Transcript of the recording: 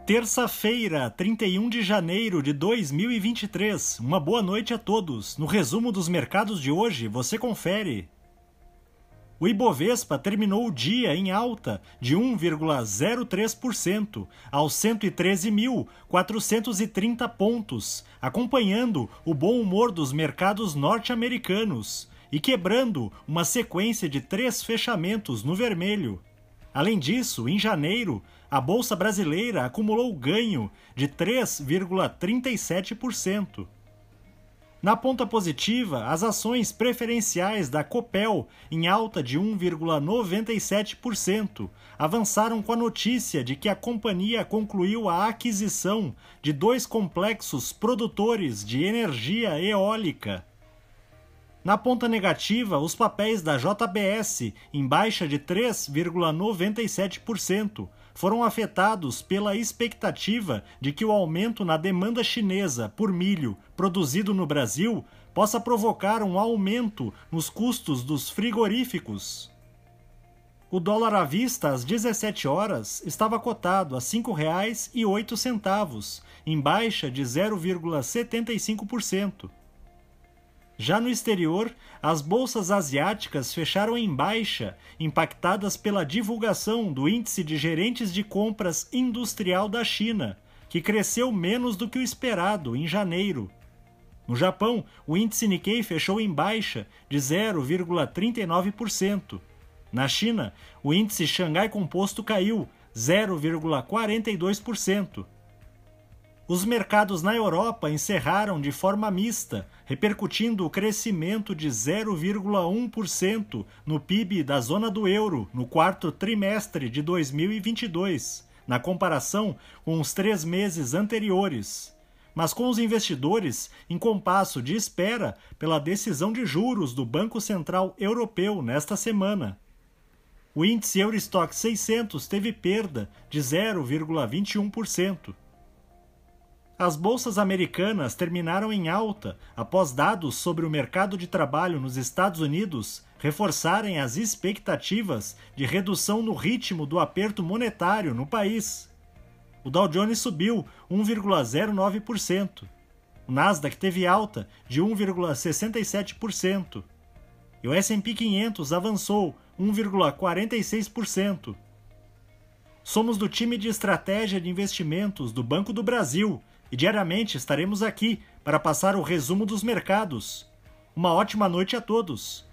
Terça-feira, 31 de janeiro de 2023. Uma boa noite a todos. No resumo dos mercados de hoje, você confere. O Ibovespa terminou o dia em alta de 1,03% aos 113.430 pontos, acompanhando o bom humor dos mercados norte-americanos e quebrando uma sequência de 3 fechamentos no vermelho. Além disso, em janeiro, a Bolsa Brasileira acumulou ganho de 3,37%. Na ponta positiva, as ações preferenciais da Copel, em alta de 1,97%, avançaram com a notícia de que a companhia concluiu a aquisição de 2 complexos produtores de energia eólica. Na ponta negativa, os papéis da JBS, em baixa de 3,97%, foram afetados pela expectativa de que o aumento na demanda chinesa por milho produzido no Brasil possa provocar um aumento nos custos dos frigoríficos. O dólar à vista às 17 horas estava cotado a R$ 5,08, em baixa de 0,75%. Já no exterior, as bolsas asiáticas fecharam em baixa, impactadas pela divulgação do Índice de Gerentes de Compras Industrial da China, que cresceu menos do que o esperado em janeiro. No Japão, o índice Nikkei fechou em baixa de 0,39%. Na China, o índice Xangai Composto caiu 0,42%. Os mercados na Europa encerraram de forma mista, repercutindo o crescimento de 0,1% no PIB da zona do euro no quarto trimestre de 2022, na comparação com os 3 meses anteriores, mas com os investidores em compasso de espera pela decisão de juros do Banco Central Europeu nesta semana. O índice Eurostoxx 600 teve perda de 0,21%. As bolsas americanas terminaram em alta após dados sobre o mercado de trabalho nos Estados Unidos reforçarem as expectativas de redução no ritmo do aperto monetário no país. O Dow Jones subiu 1,09%. O Nasdaq teve alta de 1,67%. E o S&P 500 avançou 1,46%. Somos do time de estratégia de investimentos do Banco do Brasil e diariamente estaremos aqui para passar o resumo dos mercados. Uma ótima noite a todos!